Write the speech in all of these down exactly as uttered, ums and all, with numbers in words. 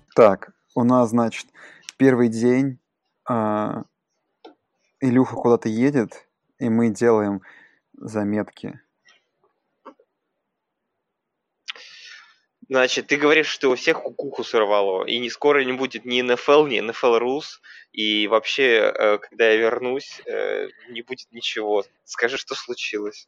Так, у нас, значит, первый день, а, Илюха куда-то едет, и мы делаем заметки. Значит, ты говоришь, что у всех кукуху сорвало, и не скоро не будет ни эн эф эл, ни эн эф эл Rules, и вообще, э, когда я вернусь, э, не будет ничего. Скажи, что случилось?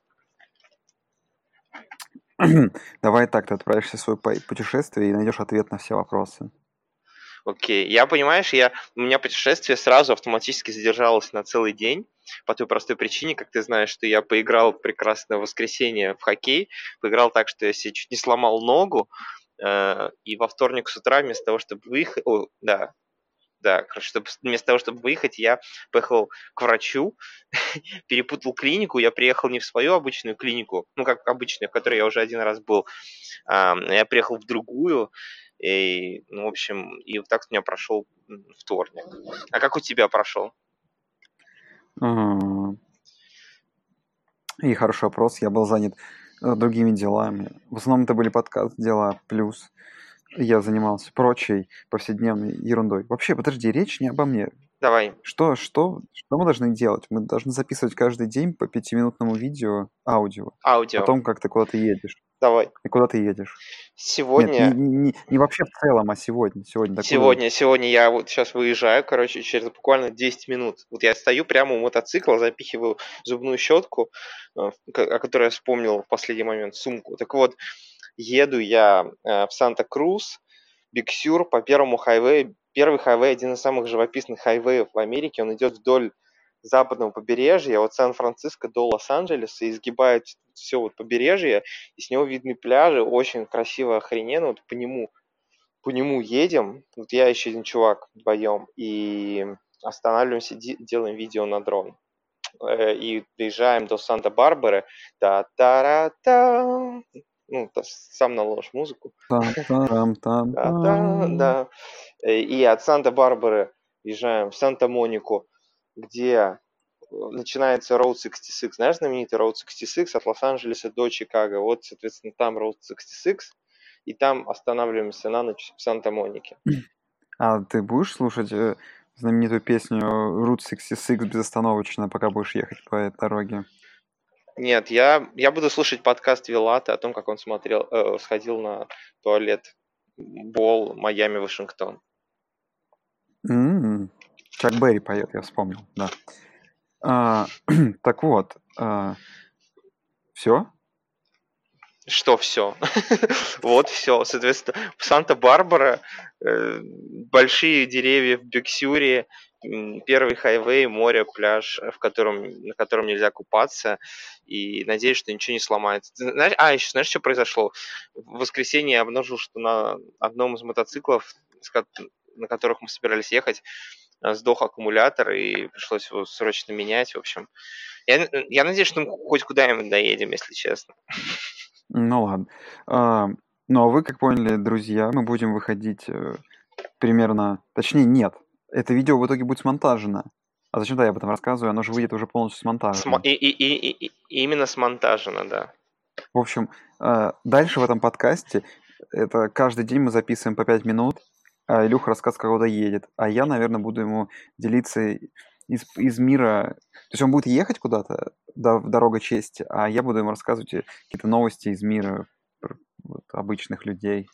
Давай так, ты отправишься в свое по- путешествие и найдешь ответ на все вопросы. Окей, я, понимаешь, я, у меня путешествие сразу автоматически задержалось на целый день, по той простой причине, как ты знаешь, что я поиграл прекрасное воскресенье в хоккей, поиграл так, что я себе чуть не сломал ногу, э, и во вторник с утра вместо того, чтобы выехать, о, да, да, короче, чтобы, вместо того, чтобы выехать, я поехал к врачу, перепутал клинику, я приехал не в свою обычную клинику, ну, как обычную, в которой я уже один раз был, а, я приехал в другую, и, ну, в общем, и вот так у меня прошел вторник. А как у тебя прошел? Ага. И хороший вопрос. Я был занят э, другими делами. В основном это были подкаст дела, плюс я занимался прочей повседневной ерундой. Вообще, подожди, речь не обо мне. Давай, Что, что, что мы должны делать? Мы должны записывать каждый день по пятиминутному видео, аудио, о аудио. том, как ты куда-то едешь. Давай. И куда ты едешь? Нет, не, Сегодня, не, не вообще в целом, а сегодня. Сегодня такую... сегодня, сегодня я вот сейчас выезжаю, короче, через буквально десять минут. Вот я стою прямо у мотоцикла, запихиваю зубную щетку, э, к- о которой я вспомнил в последний момент, сумку. Так вот, еду я э, в Санта-Крус, Биг-Сюр по первому хайвею. Первый хайвей один из самых живописных хайвеев в Америке. Он идет вдоль западного побережья, от Сан-Франциско до Лос-Анджелеса, и изгибает все вот побережье, и с него видны пляжи, очень красиво, охрененно, вот по нему, по нему едем, вот я еще один чувак вдвоем, и останавливаемся, ди- делаем видео на дрон. Э, и доезжаем до Санта-Барбары, та-та-ра-та, ну, та- сам наложишь музыку, да, Там-тарам-там-там. да. Э, И от Санта-Барбары езжаем в Санта-Монику, где э, начинается Route шестьдесят шесть. Знаешь знаменитый Route шестьдесят шесть от Лос-Анджелеса до Чикаго? Вот, соответственно, там Route шестьдесят шесть, и там останавливаемся на ночь в Санта-Монике. А ты будешь слушать э, знаменитую песню Route шестьдесят шесть безостановочно, пока будешь ехать по этой дороге? Нет, я, я буду слушать подкаст Вилата о том, как он смотрел, э, сходил на туалет Бол Майами Вашингтон. М, Чак Берри поет, я вспомнил, да. А, так вот, все? Что все? Вот все. Соответственно, Санта-Барбара, э, большие деревья в Биксюре, м, первый хайвей, море, пляж, в котором, на котором нельзя купаться. И надеюсь, что ничего не сломается. Ты знаешь, а, еще знаешь, что произошло? В воскресенье я обнаружил, что на одном из мотоциклов, с ко- на которых мы собирались ехать, э, сдох аккумулятор, и пришлось его срочно менять. В общем, я, я надеюсь, что мы хоть куда-нибудь доедем, если честно. Ну ладно. А, ну а вы, как поняли, друзья, мы будем выходить э, примерно... Точнее, нет. Это видео в итоге будет смонтажено. А зачем-то я об этом рассказываю? Оно же выйдет уже полностью Смо- смонтажено. И, и, и, и- и именно смонтажено, да. В общем, э, дальше в этом подкасте это каждый день мы записываем по пять минут, а Илюха рассказывает, как куда едет. А я, наверное, буду ему делиться из, из мира... То есть он будет ехать куда-то, да, в дорога чести, а я буду ему рассказывать э, какие-то новости из мира пр- вот, обычных людей,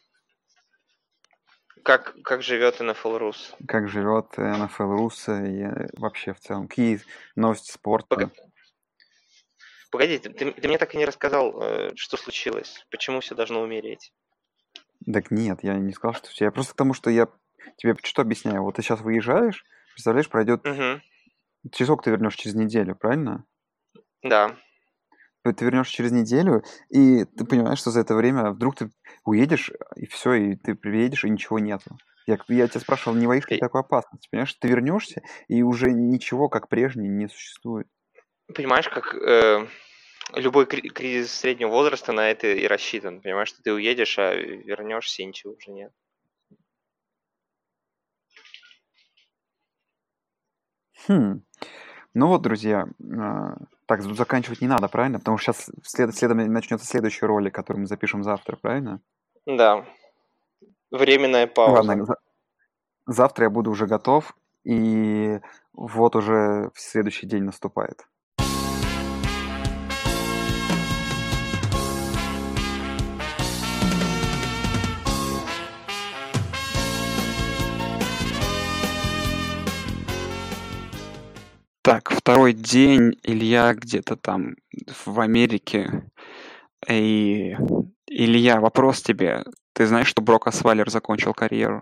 Как, как живет эн эф эл Rus. как живет эн эф эл Рус и э, вообще в целом, какие новости спорта. Пога- Погоди, ты, ты- ты мне так и не рассказал, э, что случилось, почему все должно умереть. Так нет, я не сказал, что все. Я просто к тому, что я тебе что объясняю. Вот ты сейчас выезжаешь, представляешь, пройдет... Угу, Через сколько ты вернешь? Через неделю, правильно? да. Ты вернешь через неделю, и ты понимаешь, что за это время вдруг ты уедешь, и все, и ты приедешь, и ничего нету. Я, я тебя спрашивал, не боишься ли И- такой опасности? Понимаешь, ты вернешься, и уже ничего, как прежнее, не существует. Понимаешь, как э, любой кри- кризис среднего возраста на это и рассчитан. Понимаешь, что ты уедешь, а вернешься, и ничего уже нет. Хм. Ну вот, друзья, а, так, тут заканчивать не надо, правильно? Потому что сейчас след, следом начнется следующий ролик, который мы запишем завтра, правильно? Да, временная пауза. Ладно, за- завтра я буду уже готов, и вот уже следующий день наступает. Так, второй день, Илья где-то там в Америке. И, Илья, вопрос тебе. Ты знаешь, что Брок Освайлер закончил карьеру?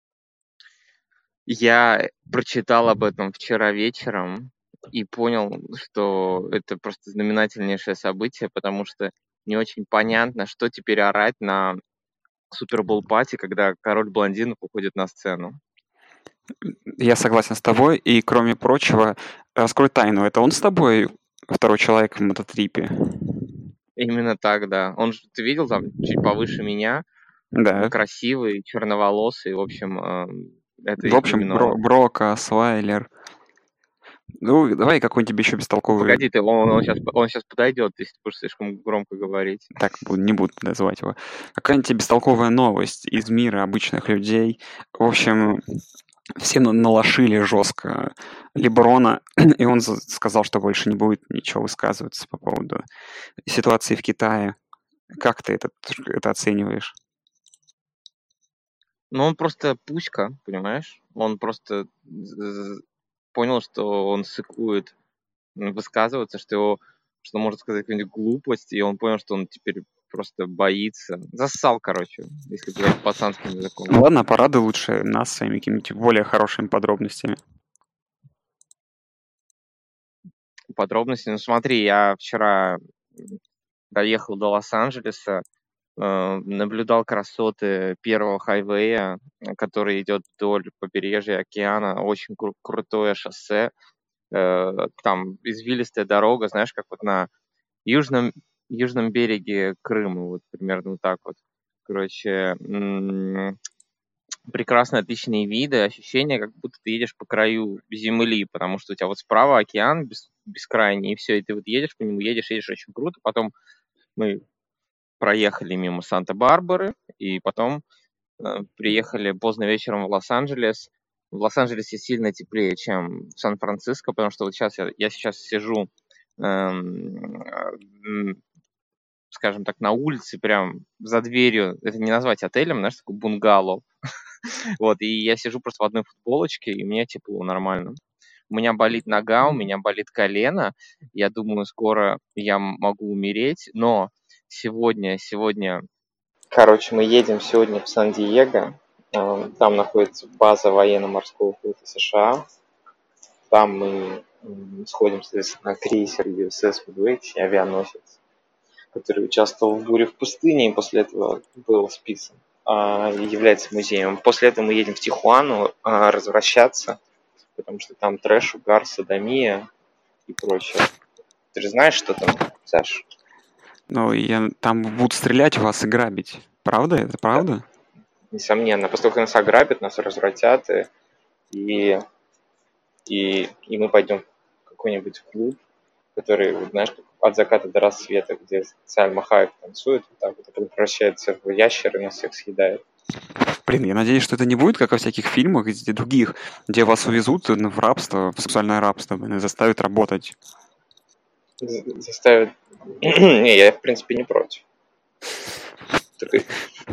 Я прочитал об этом вчера вечером и понял, что это просто знаменательнейшее событие, потому что не очень понятно, что теперь орать на Супербол-пати, когда король блондинов уходит на сцену. Я согласен с тобой, и кроме прочего, раскрой тайну, это он с тобой второй человек в мототрипе? Именно так, да. Он, ты видел, там чуть повыше меня, Да. красивый, черноволосый, в общем, это В общем, именно Бро, он. Брок Освайлер. Ну, давай какой-нибудь тебе еще бестолковый... Погоди, ты, он, он, сейчас, он сейчас подойдет, если ты будешь слишком громко говорить. Так, не буду называть его. Какая-нибудь тебе бестолковая новость из мира обычных людей. В общем, все налошили жестко Леброна, и он сказал, что больше не будет ничего высказываться по поводу ситуации в Китае. Как ты это, это оцениваешь? Ну, он просто пуська, понимаешь? Он просто понял, что он сыкует высказываться, что его, что может сказать какую-нибудь глупость, и он понял, что он теперь просто боится. Зассал, короче, если говорить пацанским языком. Ладно, порадуй лучше нас своими какими-то более хорошими подробностями. Подробности? Ну, смотри, я вчера доехал до Лос-Анджелеса, наблюдал красоты первого хайвея, который идет вдоль побережья океана. Очень кру- крутое шоссе. Там извилистая дорога, знаешь, как вот на южном, южном береге Крыма, вот примерно вот так вот. Короче, м- прекрасно отличные виды, ощущение, как будто ты едешь по краю земли, потому что у тебя вот справа океан бес, бескрайний, и все, и ты вот едешь по нему, едешь, едешь очень круто. Потом мы проехали мимо Санта-Барбары, и потом э, приехали поздно вечером в Лос-Анджелес. В Лос-Анджелесе сильно теплее, чем в Сан-Франциско, потому что вот сейчас я, я сейчас сижу, эм, э, скажем так, на улице, прям за дверью. Это не назвать отелем, знаешь, такой бунгало. Вот, и я сижу просто в одной футболочке, и мне тепло, нормально. У меня болит нога, у меня болит колено. Я думаю, скоро я могу умереть, но сегодня, сегодня... Короче, мы едем сегодня в Сан-Диего. Там находится база военно-морского флота США. Там мы сходим, соответственно, на крейсер ю эс эс Midway, авианосец, который участвовал в буре в пустыне и после этого был списан, является музеем. После этого мы едем в Тихуану развращаться, потому что там трэш, угар, содомия и прочее. Ты же знаешь, что там, Саш? Ну, я, там будут стрелять в вас и грабить. Правда? Это правда? Да. Несомненно. После того, как нас ограбят, нас развратят, и, и, и, и мы пойдем в какой-нибудь клуб, который, знаешь, от заката до рассвета, где Сальма Хайек танцует, вот так вот, а превращается в ящера и нас всех съедает. Блин, я надеюсь, что это не будет, как во всяких фильмах, где других, где вас увезут в рабство, в сексуальное рабство, и заставят работать. Заставят... Не, я, в принципе, не против. Только...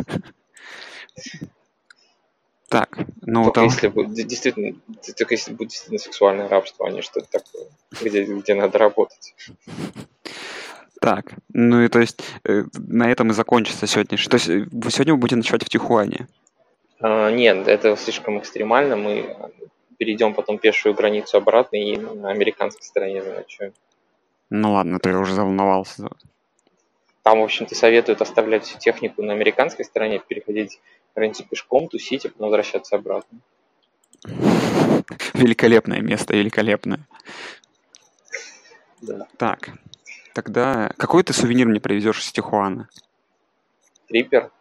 Так, ну... Только то... если будет действительно... Только если будет действительно сексуальное рабство, а не что-то такое, где, где надо работать. Так, ну и то есть э, на этом и закончится сегодняшний. То есть э, сегодня вы будете ночевать в Тихуане? А, нет, это слишком экстремально. Мы перейдем потом пешую границу обратно и на американской стороне заночуем. Ну ладно, то я уже заволновался. Там, в общем-то, советуют оставлять всю технику на американской стороне, переходить границу пешком, тусить, а потом возвращаться обратно. Великолепное место, великолепное. Да. Так, тогда какой ты сувенир мне привезешь из Тихуана? Трипер.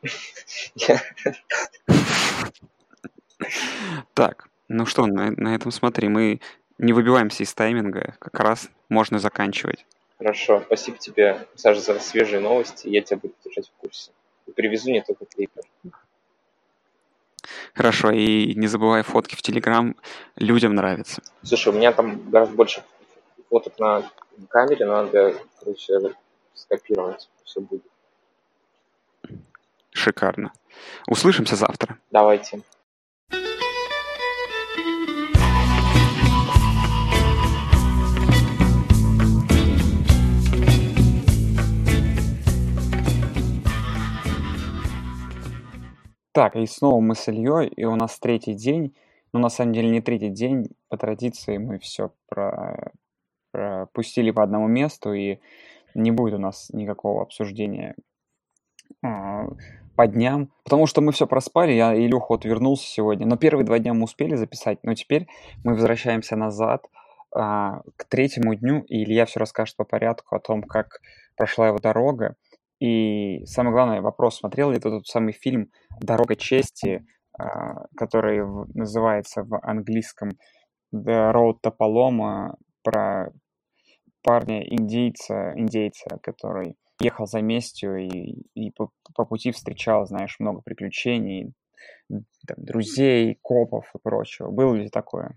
Так, ну что, на, на этом смотри, мы не выбиваемся из тайминга, как раз можно заканчивать. Хорошо, спасибо тебе, Саша, за свежие новости, я тебя буду держать в курсе. И привезу не только трипер. Хорошо, и не забывай фотки в Телеграм, людям нравится. Слушай, у меня там гораздо больше фоток на камере, надо, короче, это скопировать, все будет. Шикарно. Услышимся завтра. Давайте. Так, и снова мы с Ильей, и у нас третий день. Ну, на самом деле, не третий день. По традиции мы все про... пропустили по одному месту, и не будет у нас никакого обсуждения а, по дням, потому что мы все проспали. Я Илюха вот вернулся сегодня, но первые два дня мы успели записать, но теперь мы возвращаемся назад а, к третьему дню, и Илья все расскажет по порядку о том, как прошла его дорога. И самый главный вопрос, смотрел ли ты тот самый фильм «Дорога чести», а, который в- называется в английском «The Road to Paloma», про парня индейца, индейца, который ехал за местью и, и по, по пути встречал, знаешь, много приключений, м, там, друзей, копов и прочего. Было ли такое?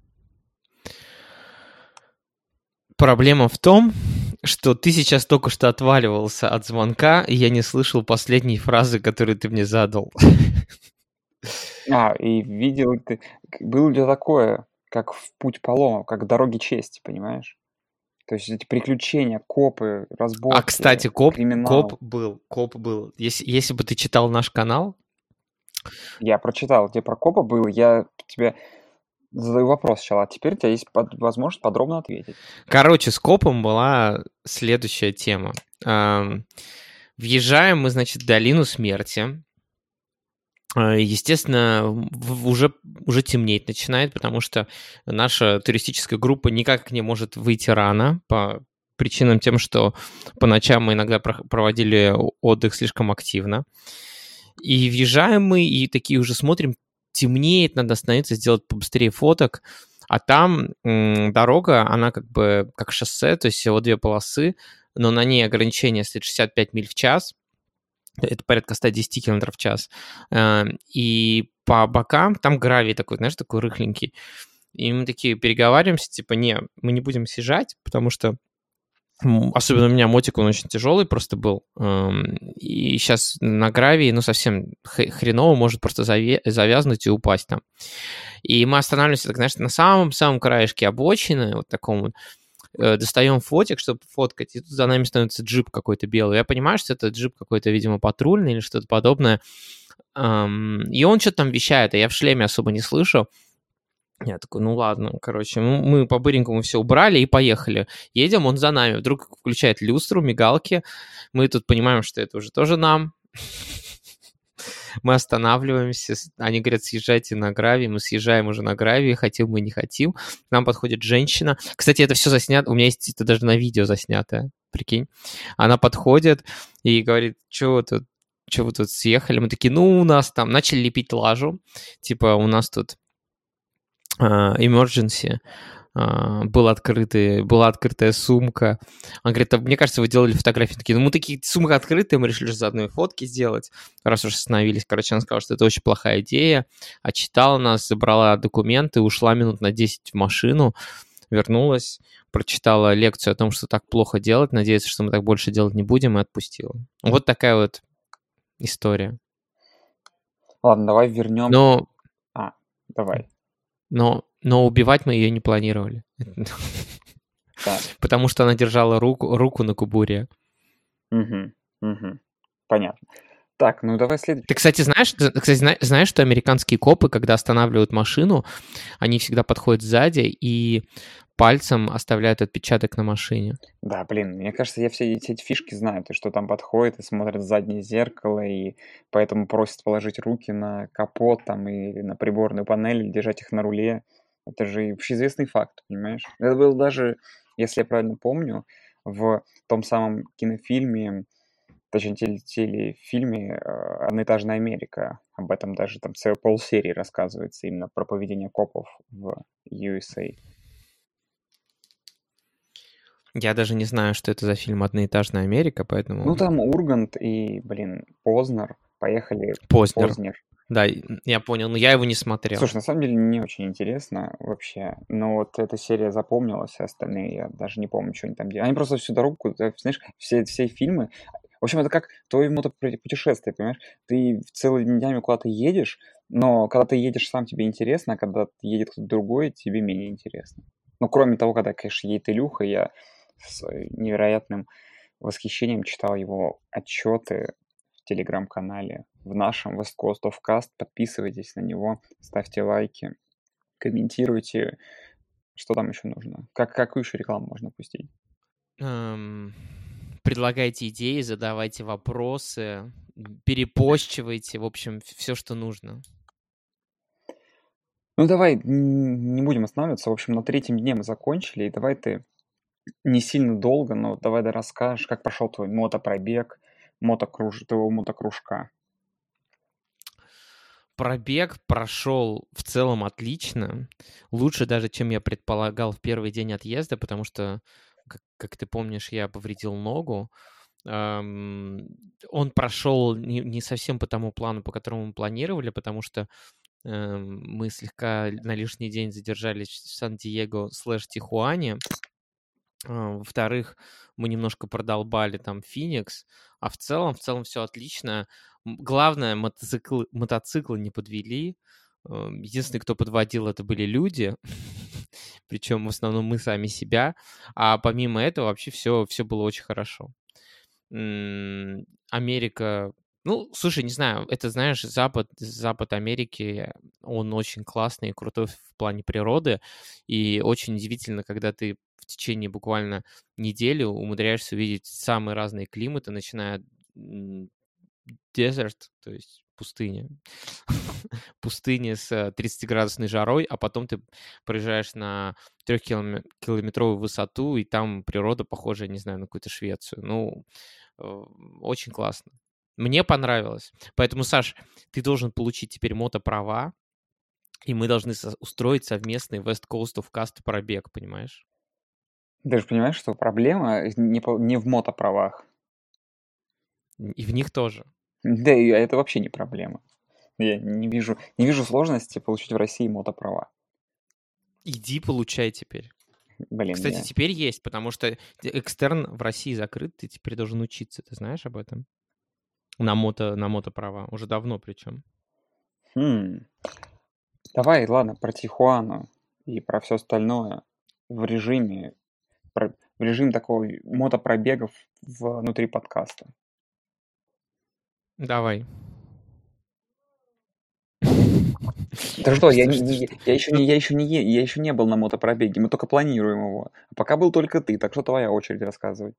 Проблема в том, что ты сейчас только что отваливался от звонка, и я не слышал последней фразы, которую ты мне задал. А, и видел ли ты, к- было ли такое, как в «Путь Палома», как «Дороги чести», понимаешь? То есть эти приключения, копы, А, разборки, кстати, коп, коп криминал. был, коп был. Если, если бы ты читал наш канал, Я прочитал, где про копа было, я тебе задаю вопрос сначала, а теперь у тебя есть под- возможность подробно ответить. короче, с копом была следующая тема. Ам, Въезжаем мы, значит, в долину смерти. А, Естественно, в- уже, уже темнеть начинает, потому что наша туристическая группа никак не может выйти рано по причинам тем, что по ночам мы иногда про- проводили отдых слишком активно. И въезжаем мы, и такие уже смотрим, темнеет, надо остановиться, сделать побыстрее фоток. А там м, дорога, она как бы как шоссе, то есть всего две полосы, но на ней ограничение стоит шестьдесят пять миль в час. Это порядка сто десять километров в час. Э, И по бокам там гравий такой, знаешь, такой рыхленький. И мы такие переговариваемся, типа, не, мы не будем съезжать, потому что м, особенно у меня мотик, он очень тяжелый просто был. Эм, И сейчас на гравии, ну, совсем х- хреново, может просто заве- завязнуть и упасть там. И мы останавливаемся, так, знаешь, на самом-самом краешке обочины, вот таком вот, э, достаем фотик, чтобы фоткать, и тут за нами становится джип какой-то белый. Я понимаю, что это джип какой-то, видимо, патрульный или что-то подобное. Ам, И он что-то там вещает, а я в шлеме особо не слышу. Я такой, ну ладно, короче, ну, мы по-быренькому все убрали и поехали. Едем, он за нами. Вдруг включает люстру, мигалки. Мы тут понимаем, что это уже тоже нам. Мы останавливаемся. с- Они говорят, съезжайте на гравий. Мы съезжаем уже на гравий, хотим мы, не хотим. К нам подходит женщина. Кстати, это все заснято. У меня есть это даже на видео заснято. Прикинь. Она подходит и говорит, что вы тут, что вы тут съехали? Мы такие, ну, у нас там начали лепить лажу. Типа, у нас тут а, emergency, а, был открытый, была открытая сумка. Он говорит, а мне кажется, вы делали фотографии. Такие, ну мы такие, сумка открытая, мы решили заодно и фотки сделать, раз уж остановились. Короче, она сказала, что это очень плохая идея, отчитала нас, забрала документы, ушла минут на десять в машину, вернулась, прочитала лекцию о том, что так плохо делать, надеется, что мы так больше делать не будем, и отпустила. Вот такая вот история. Ладно, давай вернем. Но, А, давай. но, но убивать мы ее не планировали. Так. Потому что она держала руку, руку на кубуре. Угу, угу. Понятно. Так, ну давай следующий. Ты, кстати, знаешь, ты, кстати, зна- знаешь, что американские копы, когда останавливают машину, они всегда подходят сзади и пальцем оставляют отпечаток на машине. Да, блин, мне кажется, я все эти, эти фишки знаю, то, что там подходит и смотрит в заднее зеркало, и поэтому просит положить руки на капот там или на приборную панель, или держать их на руле. Это же общеизвестный факт, понимаешь? Это был даже, если я правильно помню, в том самом кинофильме, точнее теле- телефильме э, «Одноэтажная Америка». Об этом даже там целая полсерии рассказывается именно про поведение копов в ю эс эй. Я даже не знаю, что это за фильм «Одноэтажная Америка», поэтому... Ну, там Ургант и, блин, Познер. Поехали Познер. Познер. Да, я понял, но я его не смотрел. Слушай, на самом деле не очень интересно вообще, но вот эта серия запомнилась, а остальные я даже не помню, что они там делают. Они просто всю дорогу, куда- знаешь, все, все фильмы... В общем, это как твое мотопутешествие, понимаешь? Ты целыми днями куда-то едешь, но когда ты едешь сам, тебе интересно, а когда едет кто-то другой, тебе менее интересно. Ну, кроме того, когда, конечно, едет Илюха, я с невероятным восхищением читал его отчеты в телеграм-канале, в нашем West Coast of Cast. Подписывайтесь на него, ставьте лайки, комментируйте. Что там еще нужно? Как, какую еще рекламу можно пустить? Эм, предлагайте идеи, задавайте вопросы, перепощивайте, в общем, все, что нужно. Ну, давай н- не будем останавливаться. В общем, на третьем дне мы закончили. И давай ты не сильно долго, но давай да расскажешь, как прошел твой мотопробег, мотокруж... твоего мотокружка. Пробег прошел в целом отлично. Лучше даже, чем я предполагал в первый день отъезда, потому что, как, как ты помнишь, я повредил ногу. Эм, он прошел не, не совсем по тому плану, по которому мы планировали, потому что эм, мы слегка на лишний день задержались в Сан-Диего слэш Тихуане. А, Во-вторых, мы немножко продолбали там Феникс, а в целом, в целом все отлично. М, Главное, мотоциклы, мотоциклы не подвели. Эм, Единственный, кто подводил, это были люди, причем в основном мы сами себя. А помимо этого вообще все, все было очень хорошо. М, Америка, ну, слушай, не знаю, это, знаешь, Запад, Запад Америки, он очень классный и крутой в плане природы, и очень удивительно, когда ты в течение буквально недели умудряешься увидеть самые разные климаты, начиная от м, desert, то есть пустыня, пустыни с тридцатиградусной жарой, а потом ты проезжаешь на трехкилометровую высоту, и там природа похожа, не знаю, на какую-то Швецию. Ну, э, очень классно. Мне понравилось. Поэтому, Саш, ты должен получить теперь мотоправа, и мы должны со- устроить совместный West Coast of Cast пробег, понимаешь? Ты же понимаешь, что проблема не, по- не в мотоправах. И в них тоже. Да, и это вообще не проблема. Я не вижу, не вижу сложности получить в России мотоправа. Иди получай теперь. Блин, Кстати, я... теперь есть, потому что экстерн в России закрыт, ты теперь должен учиться. Ты знаешь об этом? На мото, на мотоправа. Уже давно причем. Хм. Давай, ладно, про Тихуану и про все остальное в режиме, про- в режим такого мотопробегов внутри подкаста. Давай. Да что, я, Что, не, что, не- что? я, еще Ну, не, я, еще не, е- я еще не был на мотопробеге, мы только планируем его. А пока был только ты, так что твоя очередь рассказывай.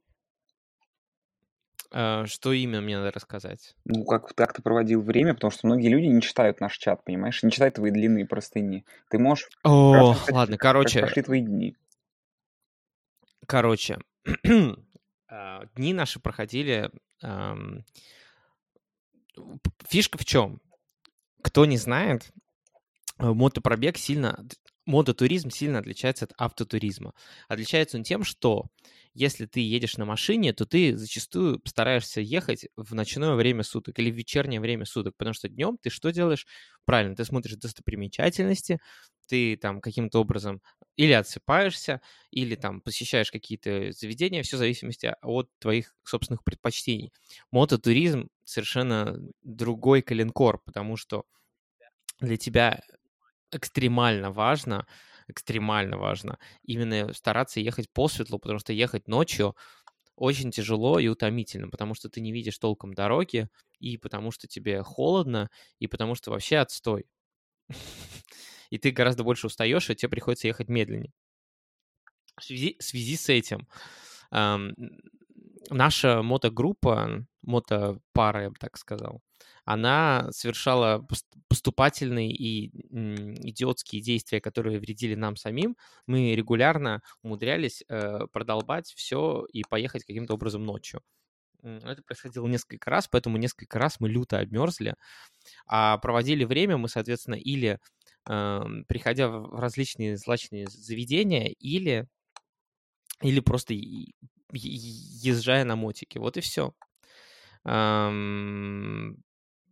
а, что именно мне надо рассказать? Ну, как, как ты проводил время, потому что многие люди не читают наш чат, понимаешь, не читают твои длинные простыни. Ты можешь О, рассказать, ладно, как, как короче, прошли твои дни. короче, а, дни наши проходили. ам, п- Фишка в чем? Кто не знает, э, мотопробег сильно, от- мототуризм сильно отличается от автотуризма. Отличается он тем, что если ты едешь на машине, то ты зачастую стараешься ехать в ночное время суток или в вечернее время суток, потому что днем ты что делаешь? Правильно, ты смотришь достопримечательности, ты там каким-то образом или отсыпаешься, или там посещаешь какие-то заведения, все в зависимости от твоих собственных предпочтений. Мототуризм совершенно другой коленкор, потому что для тебя экстремально важно, экстремально важно именно стараться ехать по светлу, потому что ехать ночью очень тяжело и утомительно, потому что ты не видишь толком дороги, и потому что тебе холодно, и потому что вообще отстой. И ты гораздо больше устаешь, и тебе приходится ехать медленнее. В связи, в связи с этим ам, наша мотогруппа, мотопара, я бы так сказал, она совершала пос- поступательные и м, идиотские действия, которые вредили нам самим. Мы регулярно умудрялись э, продолбать все и поехать каким-то образом ночью. М, Это происходило несколько раз, поэтому несколько раз мы люто обмерзли, а проводили время мы, соответственно, или эм, приходя в различные злачные заведения, или или просто и- е- езжая на мотике. Вот и все.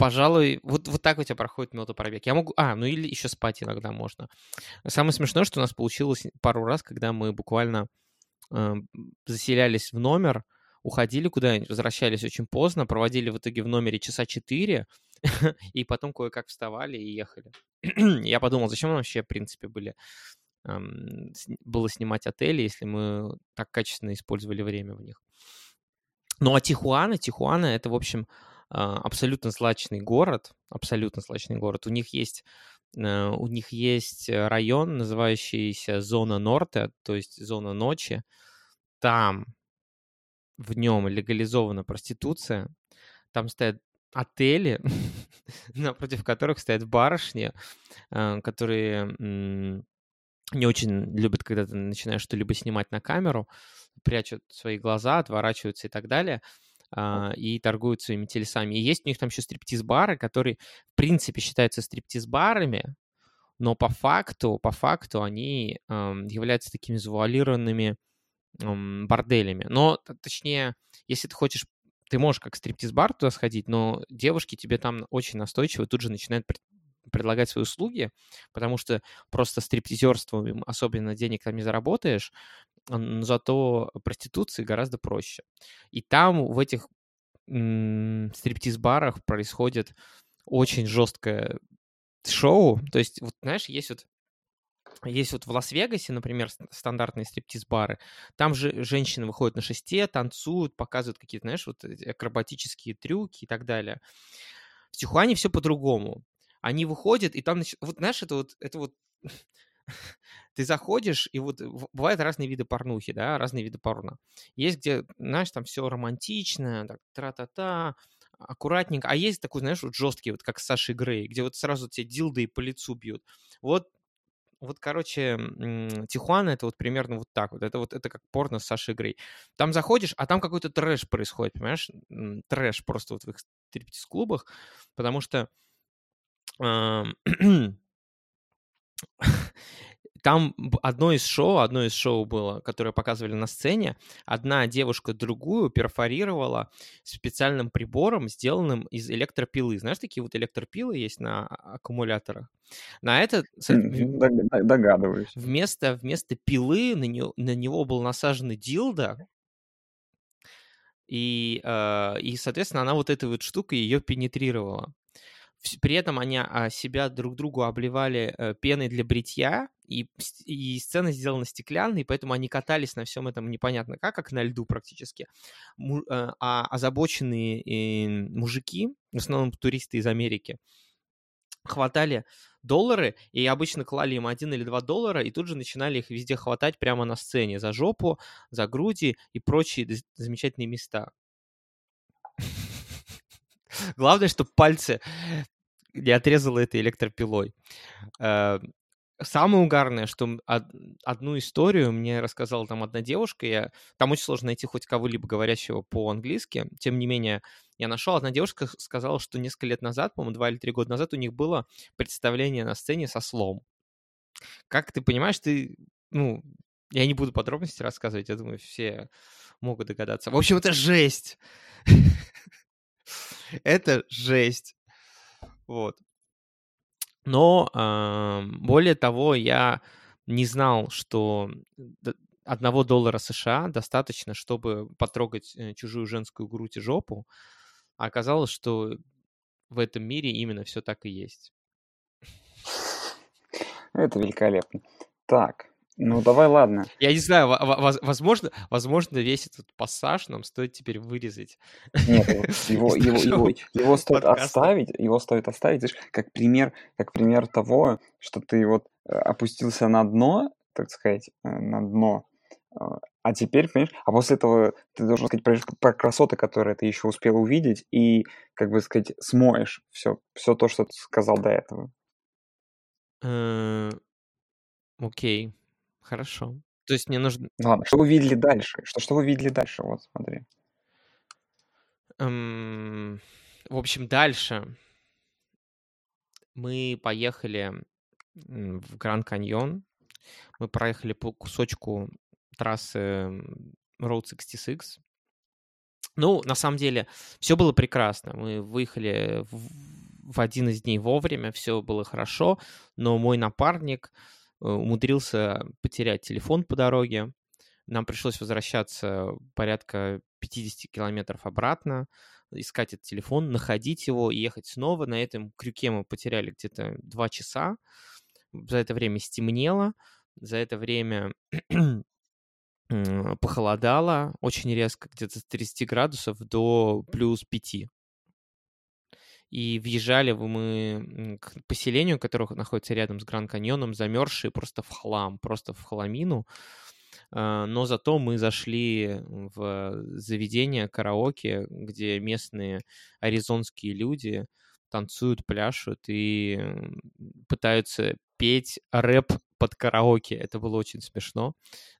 Пожалуй, вот, вот так у тебя проходит мотопробег. Я могу... А, ну или еще спать иногда можно. Самое смешное, что у нас получилось пару раз, когда мы буквально э, заселялись в номер, уходили куда-нибудь, возвращались очень поздно, проводили в итоге в номере часа четыре, и потом кое-как вставали и ехали. Я подумал, зачем нам вообще, в принципе, были, эм, с- было снимать отели, если мы так качественно использовали время в них. Ну, а Тихуана, Тихуана — это, в общем, а, абсолютно злачный город, абсолютно злачный город. У них есть, э, у них есть э, район, называющийся Зона Норте, то есть Зона ночи. Там в нем легализована проституция, там стоят отели, напротив которых стоят барышни, э, которые м, не очень любят, когда ты начинаешь что-либо снимать на камеру, прячут свои глаза, отворачиваются и так далее, а, и торгуют своими телесами. И есть у них там еще стриптиз-бары, которые, в принципе, считаются стриптиз-барами, но по факту, по факту они ам, являются такими завуалированными ам, борделями. Но, т- точнее, если ты хочешь, ты можешь как стриптиз-бар туда сходить, но девушки тебе там очень настойчиво тут же начинают пред- предлагать свои услуги, потому что просто стриптизерством особенно денег там не заработаешь, а, но зато проституции гораздо проще. И там в этих м, стриптиз-барах происходит очень жесткое шоу. То есть, вот знаешь, есть вот есть вот в Лас-Вегасе, например, ст- стандартные стриптиз-бары. Там же женщины выходят на шесте, танцуют, показывают какие-то, знаешь, вот эти акробатические трюки и так далее. В Тихуане все по-другому. Они выходят, и там, нач- вот знаешь, это вот, это вот ты заходишь, и вот в- бывают разные виды порнухи, да, разные виды порно. Есть, где, знаешь, там все романтично, так, тра-та-та, аккуратненько. А есть такой, знаешь, вот жесткий, вот как с Сашей Грей, где вот сразу тебе дилды по лицу бьют. Вот вот, короче, м, Тихуана — это вот примерно вот так вот. Это вот это как порно с Сашей Грей. Там заходишь, а там какой-то трэш происходит, понимаешь? М, Трэш просто вот в их стриптиз-клубах, потому что ам, там б- одно из шоу, одно из шоу было, которое показывали на сцене. Одна девушка другую перфорировала специальным прибором, сделанным из электропилы. Знаешь, такие вот электропилы есть на а- аккумуляторах. На это со- Мгм, дог- дог- Догадываюсь. вместо, вместо пилы на, него на него был насажен дилдо, и, э, и, соответственно, она вот этой вот штукой ее пенетрировала. Вс- При этом они а, себя друг другу обливали э, пеной для бритья, и, с- и сцена сделана стеклянной, поэтому они катались на всем этом непонятно как, как на льду практически. Му- э, а озабоченные э, мужики, в основном туристы из Америки, хватали доллары и обычно клали им один или два доллара, и тут же начинали их везде хватать прямо на сцене за жопу, за груди и прочие д- замечательные места. Главное, чтобы пальцы не отрезало этой электропилой. Э, Самое угарное, что м- од- одну историю мне рассказала там одна девушка. Я... Там очень сложно найти хоть кого-либо говорящего по-английски. Тем не менее, я нашел. Одна девушка с- сказала, что несколько лет назад, по-моему, два или три года назад у них было представление на сцене со слом. Как ты понимаешь, ты... Ну, я не буду подробности рассказывать, я думаю, все могут догадаться. В общем, это жесть. Это жесть. Вот. Но ам, более того, я не знал, что д- одного доллара США достаточно, чтобы потрогать э, чужую женскую грудь и жопу. А оказалось, что в этом мире именно все так и есть. Это великолепно. Так, ну давай, ладно. Я не знаю, во- во- воз- возможно, возможно, весь этот пассаж нам стоит теперь вырезать Нет, его, его, из его, его, нашего его стоит подкаста. оставить, его стоит оставить, знаешь, как пример, как пример того, что ты вот э, опустился на дно, так сказать, э, на дно, э, а теперь, понимаешь, а после этого ты должен сказать про, про красоты, которые ты еще успел увидеть, и, как бы сказать, смоешь все, все то, что ты сказал до этого. Э, Окей, хорошо. То есть мне нужно... Ладно, что вы видели дальше? Что, что вы видели дальше? Вот, смотри. эм, В общем, дальше мы поехали м, в Гранд Каньон. Мы проехали по кусочку трассы м, Route шестьдесят шесть. Ну, на самом деле, все было прекрасно. Мы выехали в в один из дней вовремя, все было хорошо, но мой напарник э, умудрился потерять телефон по дороге. Нам пришлось возвращаться порядка пятьдесят километров обратно, искать этот телефон, находить его и ехать снова. На этом крюке мы потеряли где-то два часа. За это время стемнело, за это время м, похолодало очень резко, где-то с тридцати градусов до плюс пяти. И въезжали в- мы м, к поселению, которое находится рядом с Гранд-Каньоном, замерзшие просто в хлам, просто в хламину. А, Но зато мы зашли в заведение караоке, где местные аризонские люди танцуют, пляшут и м, пытаются петь рэп под караоке. Это было очень смешно.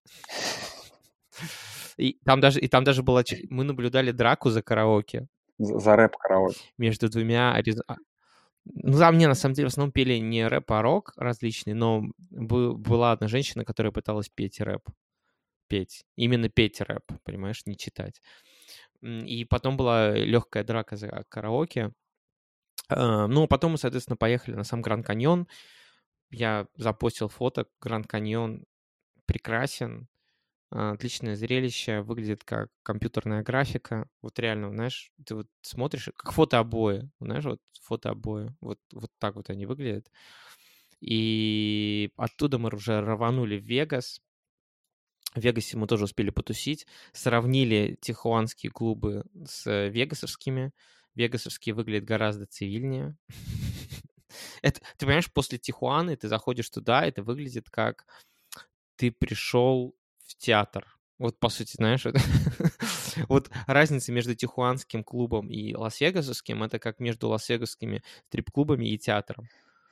И там даже, и там даже была... ч- Мы наблюдали драку за караоке За, за рэп караоке. между двумя... ариз- а, Ну, там мне, на самом деле, в основном пели не рэп, а рок различный, но бы- была одна женщина, которая пыталась петь рэп. Петь. Именно петь рэп, понимаешь, не читать. М, И потом была легкая драка за караоке. А, Ну, потом мы, соответственно, поехали на сам Гранд Каньон. Я запостил фото. Гранд Каньон прекрасен. а, Отличное зрелище. Выглядит как компьютерная графика. Вот реально, знаешь, ты вот смотришь, как фотообои. Знаешь, вот фотообои. Вот, вот так вот они выглядят. И оттуда мы уже рванули в Вегас. В Вегасе мы тоже успели потусить. Сравнили тихуанские клубы с э, вегасовскими. Вегасовские выглядят гораздо цивильнее. Это, ты понимаешь, после Тихуаны ты заходишь туда, это выглядит как ты пришел в театр. Вот, по сути, знаешь, это- вот разница между тихуанским клубом и лас-вегасовским, это как между лас-вегасскими стрип-клубами и театром.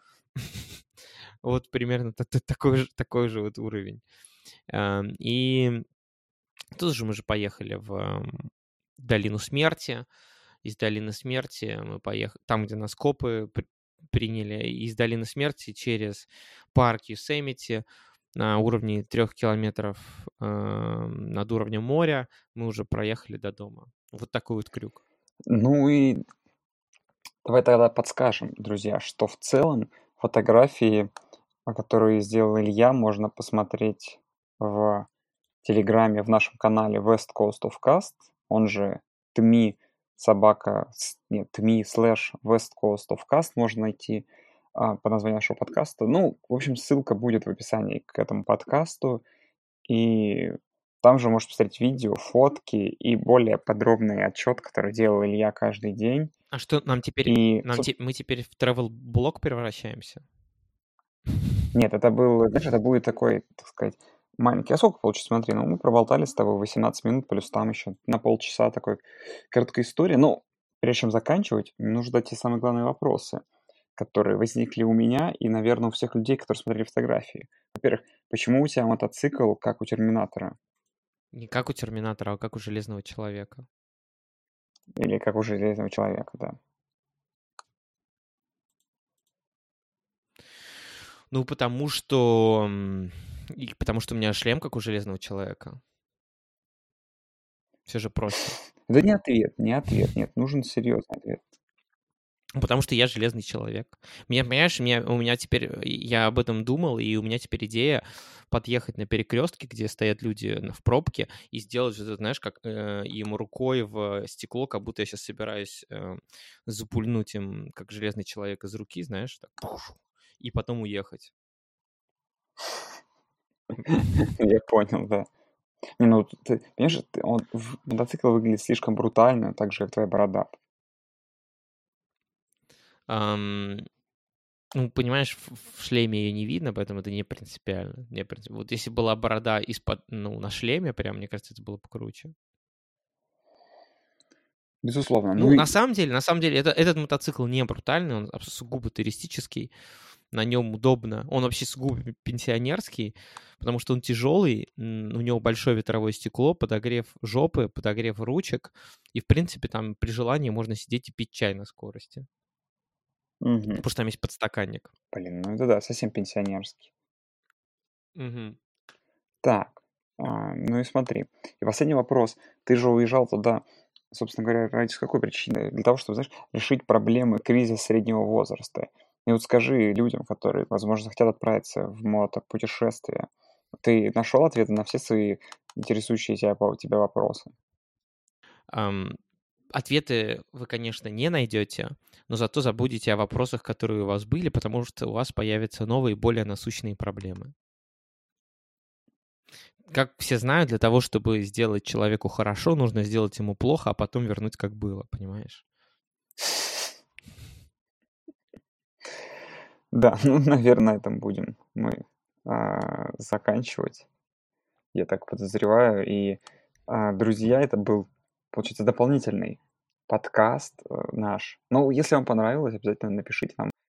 Вот примерно та- та- такой же, такой же вот уровень. Эм, И тут же мы же поехали в эм, Долину Смерти. Из Долины Смерти мы поехали... Там, где нас копы при- приняли. Из Долины Смерти через парк Юсемити на уровне трех километров эм, над уровнем моря мы уже проехали до дома. Вот такой вот крюк. Ну и давай тогда подскажем, друзья, что в целом фотографии, а, которые сделал Илья, можно посмотреть в Телеграме в нашем канале West Coast of Cast, он же тми собака, с- нет, тми слэш West Coast of Cast можно найти а, по названию нашего подкаста. Ну, в общем, ссылка будет в описании к этому подкасту, и там же можете посмотреть видео, фотки и более подробный отчет, который делал Илья каждый день. А что нам теперь... И, Нам соб- те- Мы теперь в travel-блог превращаемся? нет, это был, знаешь, это будет такой, так сказать, маленький. А сколько получится? Смотри, ну мы проболтали с тобой восемнадцать минут, плюс там еще на полчаса такой короткой истории. Но прежде чем заканчивать, мне нужно дать те самые главные вопросы, которые возникли у меня и, наверное, у всех людей, которые смотрели фотографии. Во-первых, почему у тебя мотоцикл, как у Терминатора? Не как у Терминатора, а как у Железного Человека. Или как у Железного Человека, да. Ну, потому что... м, и потому что у меня шлем, как у Железного Человека. Все же просто. Это не ответ, не ответ, нет, нужен серьезный ответ. Ну, потому что я Железный Человек. Меня, понимаешь, меня, у меня теперь... э, Я об этом думал, и у меня теперь идея подъехать на перекрестке, где стоят люди на- в пробке, и сделать, вот это, знаешь, как э, им рукой в стекло, как будто я сейчас собираюсь э, запульнуть им, как Железный Человек, из руки, знаешь, так, пуш, и потом уехать. Я понял, да. Не, ну, ты, понимаешь, ты- он, в- мотоцикл выглядит слишком брутально, так же, как твоя борода. Ам, Ну, понимаешь, в, в шлеме ее не видно, поэтому это не принципиально. Не принцип- Вот если была борода из-под, ну, на шлеме, прям, мне кажется, это было бы круче. Безусловно. Ну Ну, и на самом деле, на самом деле, это, этот мотоцикл не брутальный, он абс- сугубо туристический, на нем удобно. Он вообще сугубо пенсионерский, потому что он тяжелый, м, у него большое ветровое стекло, подогрев жопы, подогрев ручек, и, в принципе, там при желании можно сидеть и пить чай на скорости, Мгм. потому что там есть подстаканник. Блин, ну это да, совсем пенсионерский. Мгм. Так, а, ну и смотри. И последний вопрос. Ты же уезжал туда собственно говоря, ради какой причины? Для того, чтобы, знаешь, решить проблемы кризиса среднего возраста. И вот скажи людям, которые, возможно, хотят отправиться в мотопутешествие, ты нашел ответы на все свои интересующие тебя, по- тебя вопросы? Ам, Ответы вы, конечно, не найдете, но зато забудете о вопросах, которые у вас были, потому что у вас появятся новые, более насущные проблемы. Как все знают, для того, чтобы сделать человеку хорошо, нужно сделать ему плохо, а потом вернуть как было, понимаешь? Да, ну, наверное, на этом будем мы а, заканчивать, я так подозреваю. И, а, друзья, это был, получается, дополнительный подкаст э, наш. Ну, если вам понравилось, обязательно напишите нам